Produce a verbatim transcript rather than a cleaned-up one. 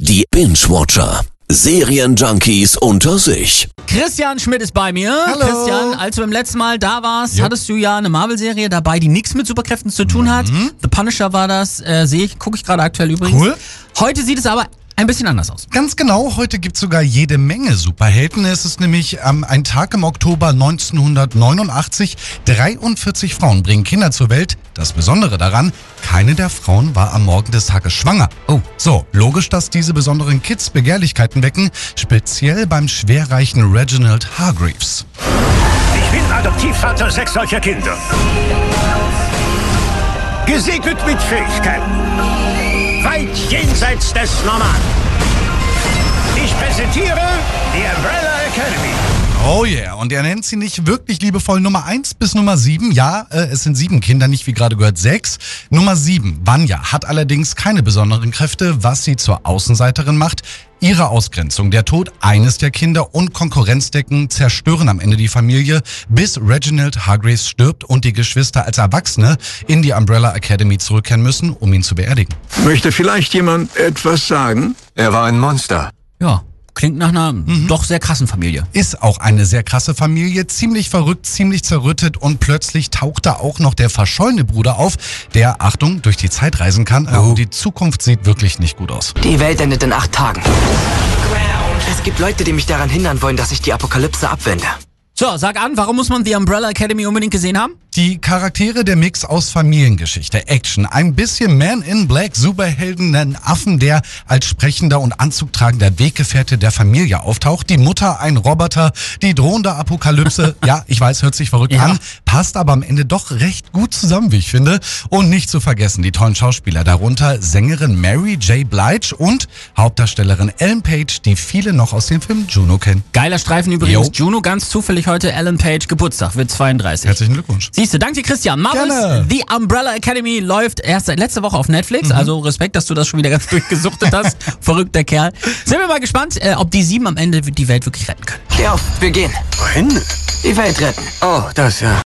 Die Binge-Watcher. Serienjunkies unter sich. Christian Schmidt ist bei mir. Hallo. Christian, als du beim letzten Mal da warst, Ja. hattest du ja eine Marvel-Serie dabei, die nichts mit Superkräften zu tun hat. The Punisher war das, äh, sehe ich, gucke ich gerade aktuell übrigens. Cool. Heute sieht es aber ein bisschen anders aus. Ganz genau, heute gibt es sogar jede Menge Superhelden. Es ist nämlich ähm, ein Tag im Oktober neunzehnhundertneunundachtzig. dreiundvierzig Frauen bringen Kinder zur Welt. Das Besondere daran, keine der Frauen war am Morgen des Tages schwanger. Oh. So, logisch, dass diese besonderen Kids Begehrlichkeiten wecken, speziell beim schwerreichen Reginald Hargreaves. Ich bin Adoptivvater sechs solcher Kinder. Gesegnet mit Fähigkeiten. Weit jenseits des Normalen. Ich präsentiere die Umbrella Academy. Oh yeah, und er nennt sie nicht wirklich liebevoll Nummer eins bis Nummer sieben. Ja, äh, es sind sieben Kinder, nicht wie gerade gehört sechs. Nummer sieben, Vanya, hat allerdings keine besonderen Kräfte, was sie zur Außenseiterin macht. Ihre Ausgrenzung, der Tod eines der Kinder und Konkurrenzdecken zerstören am Ende die Familie, bis Reginald Hargreaves stirbt und die Geschwister als Erwachsene in die Umbrella Academy zurückkehren müssen, um ihn zu beerdigen. Möchte vielleicht jemand etwas sagen? Er war ein Monster. Ja, klingt nach einer doch sehr krassen Familie. Ist auch eine sehr krasse Familie, ziemlich verrückt, ziemlich zerrüttet und plötzlich taucht da auch noch der verschollene Bruder auf, der, Achtung, durch die Zeit reisen kann. Äh, Und die Zukunft sieht wirklich nicht gut aus. Die Welt endet in acht Tagen. Es gibt Leute, die mich daran hindern wollen, dass ich die Apokalypse abwende. So, sag an, warum muss man The Umbrella Academy unbedingt gesehen haben? Die Charaktere, der Mix aus Familiengeschichte, Action, ein bisschen Man in Black, Superhelden, einen Affen, der als sprechender und anzugtragender Weggefährte der Familie auftaucht, die Mutter, ein Roboter, die drohende Apokalypse, ja, ich weiß, hört sich verrückt Ja. an, passt aber am Ende doch recht gut zusammen, wie ich finde. Und nicht zu vergessen, die tollen Schauspieler, darunter Sängerin Mary J. Blige und Hauptdarstellerin Ellen Page, die viele noch aus dem Film Juno kennen. Geiler Streifen übrigens. Jo. Juno, ganz zufällig heute Ellen Page Geburtstag, wird zweiunddreißig. Herzlichen Glückwunsch. Siehst du, danke dir, Christian. Marvel's Gerne. The Umbrella Academy läuft erst seit letzter Woche auf Netflix. Also Respekt, dass du das schon wieder ganz durchgesuchtet hast. Verrückter Kerl. Sind wir mal gespannt, äh, ob die sieben am Ende die Welt wirklich retten können. Steh auf, wir gehen. Wohin? Die Welt retten. Oh, das ja.